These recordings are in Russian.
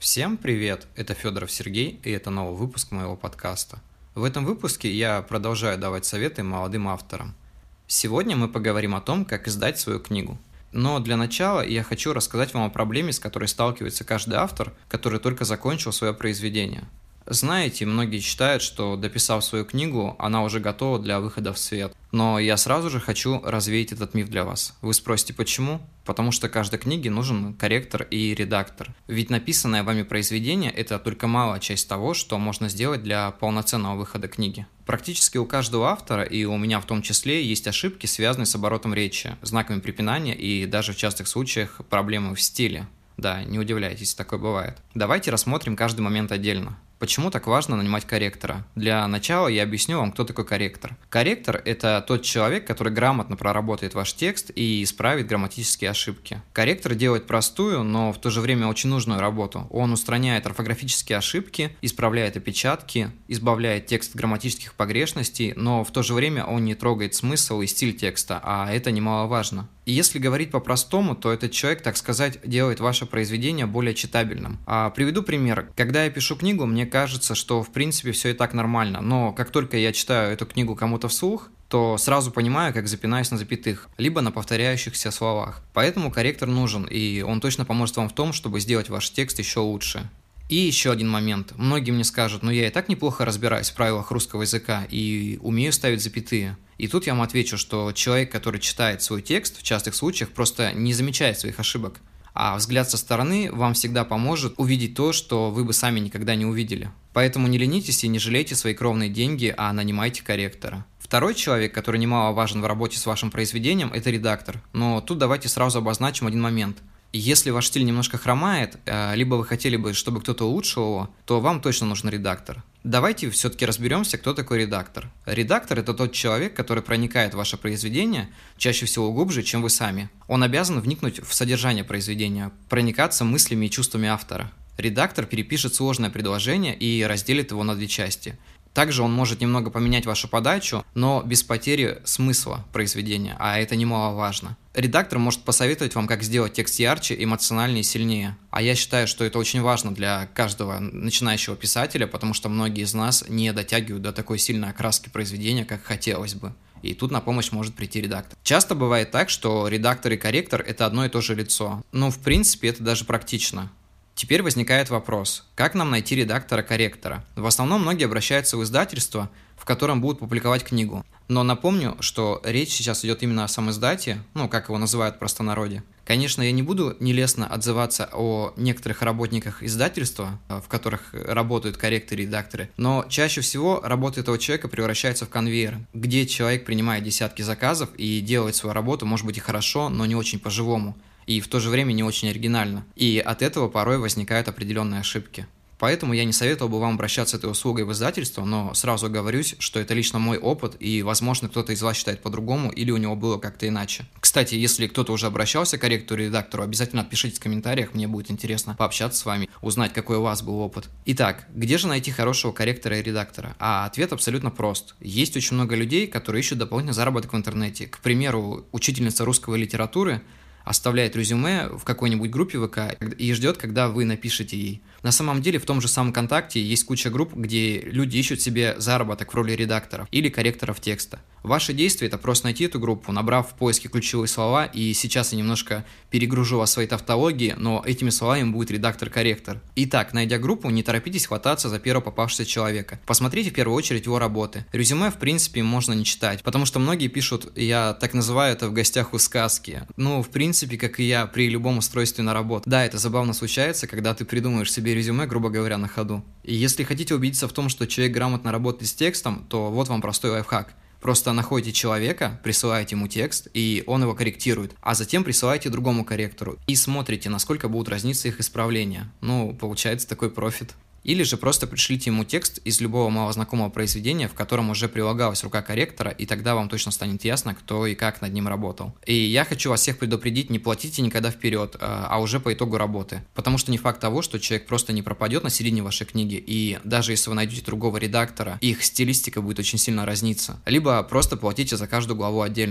Всем привет, это Федоров Сергей, и это новый выпуск моего подкаста. В этом выпуске я продолжаю давать советы молодым авторам. Сегодня мы поговорим о том, как издать свою книгу. Но для начала я хочу рассказать вам о проблеме, с которой сталкивается каждый автор, который только закончил свое произведение. Знаете, многие считают, что, дописав свою книгу, она уже готова для выхода в свет. Но я сразу же хочу развеять этот миф для вас. Вы спросите, почему? Потому что каждой книге нужен корректор и редактор. Ведь написанное вами произведение – это только малая часть того, что можно сделать для полноценного выхода книги. Практически у каждого автора, и у меня в том числе, есть ошибки, связанные с оборотом речи, знаками препинания и даже в частых случаях проблемы в стиле. Да, не удивляйтесь, такое бывает. Давайте рассмотрим каждый момент отдельно. Почему так важно нанимать корректора? Для начала я объясню вам, кто такой корректор. Корректор – это тот человек, который грамотно проработает ваш текст и исправит грамматические ошибки. Корректор делает простую, но в то же время очень нужную работу. Он устраняет орфографические ошибки, исправляет опечатки, избавляет текст от грамматических погрешностей, но в то же время он не трогает смысл и стиль текста, а это немаловажно. И если говорить по-простому, то этот человек, так сказать, делает ваше произведение более читабельным. Приведу пример. Когда я пишу книгу, мне кажется, что в принципе все и так нормально, но как только я читаю эту книгу кому-то вслух, то сразу понимаю, как запинаюсь на запятых, либо на повторяющихся словах. Поэтому корректор нужен, и он точно поможет вам в том, чтобы сделать ваш текст еще лучше. И еще один момент. Многие мне скажут, я и так неплохо разбираюсь в правилах русского языка и умею ставить запятые. И тут я вам отвечу, что человек, который читает свой текст, в частых случаях просто не замечает своих ошибок. А взгляд со стороны вам всегда поможет увидеть то, что вы бы сами никогда не увидели. Поэтому не ленитесь и не жалейте свои кровные деньги, а нанимайте корректора. Второй человек, который немаловажен в работе с вашим произведением, это редактор. Но тут давайте сразу обозначим один момент. Если ваш стиль немножко хромает, либо вы хотели бы, чтобы кто-то улучшил его, то вам точно нужен редактор. Давайте все-таки разберемся, кто такой редактор. Редактор – это тот человек, который проникает в ваше произведение чаще всего глубже, чем вы сами. Он обязан вникнуть в содержание произведения, проникаться мыслями и чувствами автора. Редактор перепишет сложное предложение и разделит его на две части. Также он может немного поменять вашу подачу, но без потери смысла произведения, а это немаловажно. Редактор может посоветовать вам, как сделать текст ярче, эмоциональнее и сильнее. А я считаю, что это очень важно для каждого начинающего писателя, потому что многие из нас не дотягивают до такой сильной окраски произведения, как хотелось бы. И тут на помощь может прийти редактор. Часто бывает так, что редактор и корректор – это одно и то же лицо. Но в принципе это даже практично. Теперь возникает вопрос, как нам найти редактора-корректора? В основном многие обращаются в издательство, в котором будут публиковать книгу. Но напомню, что речь сейчас идет именно о самиздате, как его называют в простонародье. Конечно, я не буду нелестно отзываться о некоторых работниках издательства, в которых работают корректоры и редакторы, но чаще всего работа этого человека превращается в конвейер, где человек принимает десятки заказов и делает свою работу, может быть и хорошо, но не очень по-живому. И в то же время не очень оригинально. И от этого порой возникают определенные ошибки. Поэтому я не советовал бы вам обращаться с этой услугой в издательство, но сразу оговорюсь, что это лично мой опыт, и, возможно, кто-то из вас считает по-другому, или у него было как-то иначе. Кстати, если кто-то уже обращался к корректору и редактору, обязательно отпишите в комментариях, мне будет интересно пообщаться с вами, узнать, какой у вас был опыт. Итак, где же найти хорошего корректора и редактора? Ответ абсолютно прост. Есть очень много людей, которые ищут дополнительный заработок в интернете. К примеру, учительница русской литературы оставляет резюме в какой-нибудь группе ВК и ждет, когда вы напишете ей. На самом деле в том же самом ВКонтакте есть куча групп, где люди ищут себе заработок в роли редакторов или корректоров текста. Ваше действие – это просто найти эту группу, набрав в поиске ключевые слова, и сейчас я немножко перегружу вас своей тавтологией, но этими словами будет редактор-корректор. Итак, найдя группу, не торопитесь хвататься за первого попавшегося человека. Посмотрите в первую очередь его работы. Резюме, в принципе, можно не читать, потому что многие пишут, я так называю это в гостях у сказки. В принципе, как и я при любом устройстве на работу. Да, это забавно случается, когда ты придумаешь себе резюме, грубо говоря, на ходу. И если хотите убедиться в том, что человек грамотно работает с текстом, то вот вам простой лайфхак. Просто находите человека, присылаете ему текст, и он его корректирует, а затем присылаете другому корректору и смотрите, насколько будут разниться их исправления. Получается такой профит. Или же просто пришлите ему текст из любого малознакомого произведения, в котором уже прилагалась рука корректора, и тогда вам точно станет ясно, кто и как над ним работал. И я хочу вас всех предупредить, не платите никогда вперед, а уже по итогу работы. Потому что не факт того, что человек просто не пропадет на середине вашей книги, и даже если вы найдете другого редактора, их стилистика будет очень сильно разниться. Либо просто платите за каждую главу отдельно.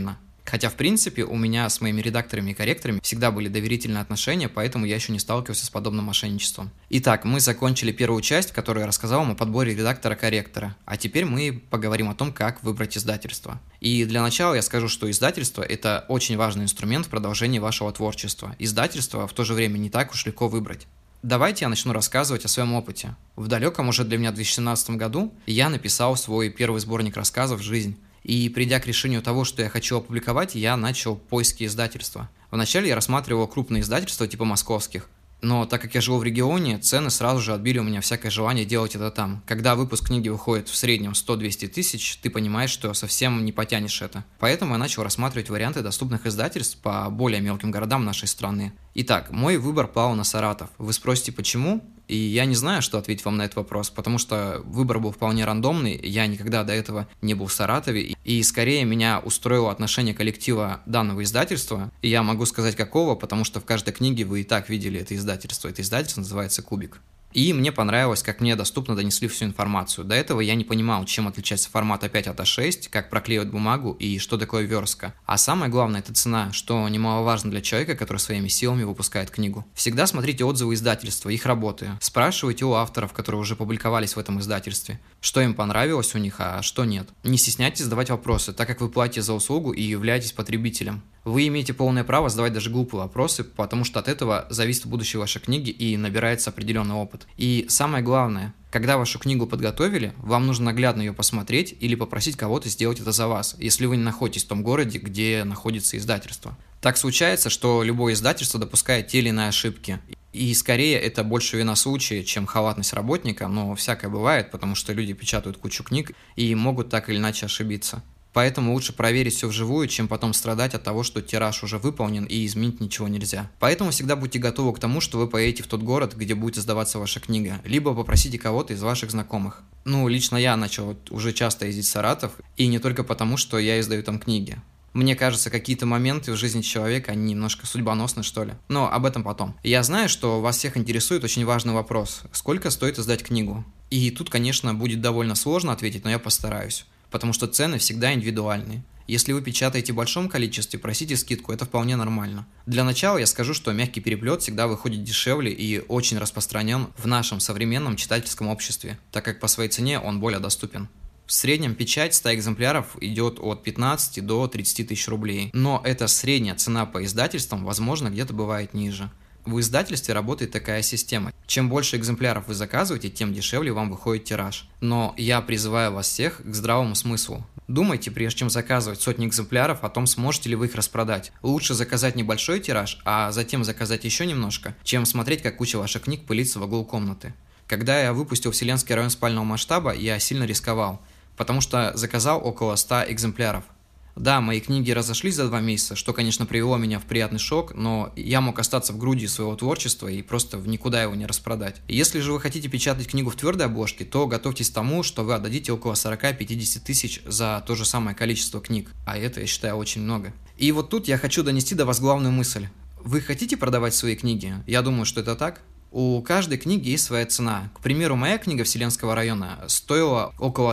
Хотя, в принципе, у меня с моими редакторами и корректорами всегда были доверительные отношения, поэтому я еще не сталкивался с подобным мошенничеством. Итак, мы закончили первую часть, в которой я рассказал вам о подборе редактора-корректора, а теперь мы поговорим о том, как выбрать издательство. И для начала я скажу, что издательство – это очень важный инструмент в продолжении вашего творчества. Издательство в то же время не так уж легко выбрать. Давайте я начну рассказывать о своем опыте. В далеком уже для меня 2017 году я написал свой первый сборник рассказов «Жизнь». И придя к решению того, что я хочу опубликовать, я начал поиски издательства. Вначале я рассматривал крупные издательства типа московских, но так как я жил в регионе, цены сразу же отбили у меня всякое желание делать это там. Когда выпуск книги выходит в среднем 100-200 тысяч, ты понимаешь, что совсем не потянешь это. Поэтому я начал рассматривать варианты доступных издательств по более мелким городам нашей страны. Итак, мой выбор пал на Саратов. Вы спросите, почему? И я не знаю, что ответить вам на этот вопрос, потому что выбор был вполне рандомный, я никогда до этого не был в Саратове, и скорее меня устроило отношение коллектива данного издательства, и я могу сказать какого, потому что в каждой книге вы и так видели это издательство называется «Кубик». И мне понравилось, как мне доступно донесли всю информацию. До этого я не понимал, чем отличается формат А5 от А6, как проклеивать бумагу и что такое верстка. А самое главное – это цена, что немаловажно для человека, который своими силами выпускает книгу. Всегда смотрите отзывы издательства, их работы. Спрашивайте у авторов, которые уже публиковались в этом издательстве, что им понравилось у них, а что нет. Не стесняйтесь задавать вопросы, так как вы платите за услугу и являетесь потребителем. Вы имеете полное право задавать даже глупые вопросы, потому что от этого зависит будущее вашей книги и набирается определенный опыт. И самое главное, когда вашу книгу подготовили, вам нужно наглядно ее посмотреть или попросить кого-то сделать это за вас, если вы не находитесь в том городе, где находится издательство. Так случается, что любое издательство допускает те или иные ошибки. И скорее это больше вина случая, чем халатность работника, но всякое бывает, потому что люди печатают кучу книг и могут так или иначе ошибиться. Поэтому лучше проверить все вживую, чем потом страдать от того, что тираж уже выполнен и изменить ничего нельзя. Поэтому всегда будьте готовы к тому, что вы поедете в тот город, где будет издаваться ваша книга, либо попросите кого-то из ваших знакомых. Лично я начал уже часто ездить в Саратов, и не только потому, что я издаю там книги. Мне кажется, какие-то моменты в жизни человека, они немножко судьбоносны, что ли. Но об этом потом. Я знаю, что вас всех интересует очень важный вопрос. Сколько стоит издать книгу? И тут, конечно, будет довольно сложно ответить, но я постараюсь. Потому что цены всегда индивидуальные. Если вы печатаете в большом количестве, просите скидку, это вполне нормально. Для начала я скажу, что мягкий переплет всегда выходит дешевле и очень распространен в нашем современном читательском обществе, так как по своей цене он более доступен. В среднем печать 100 экземпляров идет от 15 до 30 тысяч рублей, но это средняя цена по издательствам, возможно, где-то бывает ниже. В издательстве работает такая система. Чем больше экземпляров вы заказываете, тем дешевле вам выходит тираж. Но я призываю вас всех к здравому смыслу. Думайте, прежде чем заказывать сотни экземпляров, о том, сможете ли вы их распродать. Лучше заказать небольшой тираж, а затем заказать еще немножко, чем смотреть, как куча ваших книг пылится в углу комнаты. Когда я выпустил «Вселенский район спального масштаба», я сильно рисковал, потому что заказал около 100 экземпляров. Да, мои книги разошлись за 2 месяца, что, конечно, привело меня в приятный шок, но я мог остаться в груди своего творчества и просто в никуда его не распродать. Если же вы хотите печатать книгу в твердой обложке, то готовьтесь к тому, что вы отдадите около 40-50 тысяч за то же самое количество книг, а это, я считаю, очень много. И вот тут я хочу донести до вас главную мысль. Вы хотите продавать свои книги? Я думаю, что это так. У каждой книги есть своя цена. К примеру, моя книга «Вселенского района» стоила около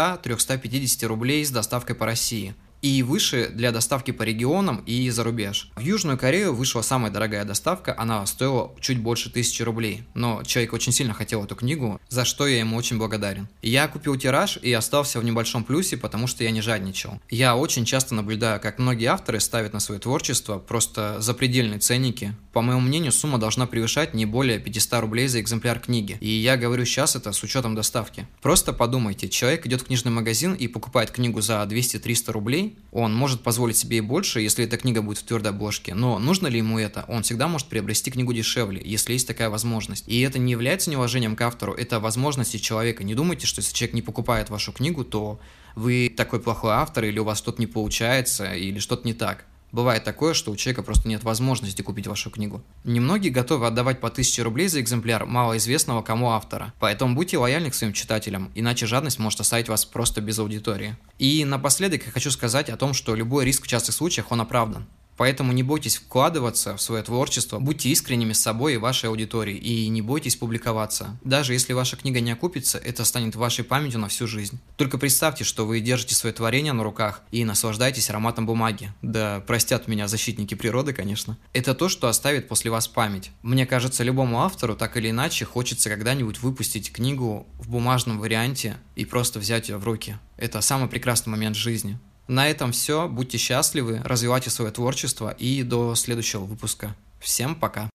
300-350 рублей с доставкой по России. И выше для доставки по регионам и за рубеж. В Южную Корею вышла самая дорогая доставка, она стоила чуть больше 1000 рублей. Но человек очень сильно хотел эту книгу, за что я ему очень благодарен. Я купил тираж и остался в небольшом плюсе, потому что я не жадничал. Я очень часто наблюдаю, как многие авторы ставят на свое творчество просто запредельные ценники. По моему мнению, сумма должна превышать не более 500 рублей за экземпляр книги. И я говорю сейчас это с учетом доставки. Просто подумайте, человек идет в книжный магазин и покупает книгу за 200-300 рублей, он может позволить себе и больше, если эта книга будет в твердой обложке, но нужно ли ему это? Он всегда может приобрести книгу дешевле, если есть такая возможность. И это не является неуважением к автору, это возможности человека. Не думайте, что если человек не покупает вашу книгу, то вы такой плохой автор, или у вас что-то не получается, или что-то не так. Бывает такое, что у человека просто нет возможности купить вашу книгу. Немногие готовы отдавать по 1000 рублей за экземпляр малоизвестного кому автора. Поэтому будьте лояльны к своим читателям, иначе жадность может оставить вас просто без аудитории. И напоследок я хочу сказать о том, что любой риск в частых случаях он оправдан. Поэтому не бойтесь вкладываться в свое творчество, будьте искренними с собой и вашей аудиторией, и не бойтесь публиковаться. Даже если ваша книга не окупится, это станет вашей памятью на всю жизнь. Только представьте, что вы держите свое творение на руках и наслаждаетесь ароматом бумаги. Да простят меня защитники природы, конечно. Это то, что оставит после вас память. Мне кажется, любому автору так или иначе хочется когда-нибудь выпустить книгу в бумажном варианте и просто взять ее в руки. Это самый прекрасный момент жизни. На этом все. Будьте счастливы, развивайте свое творчество и до следующего выпуска. Всем пока!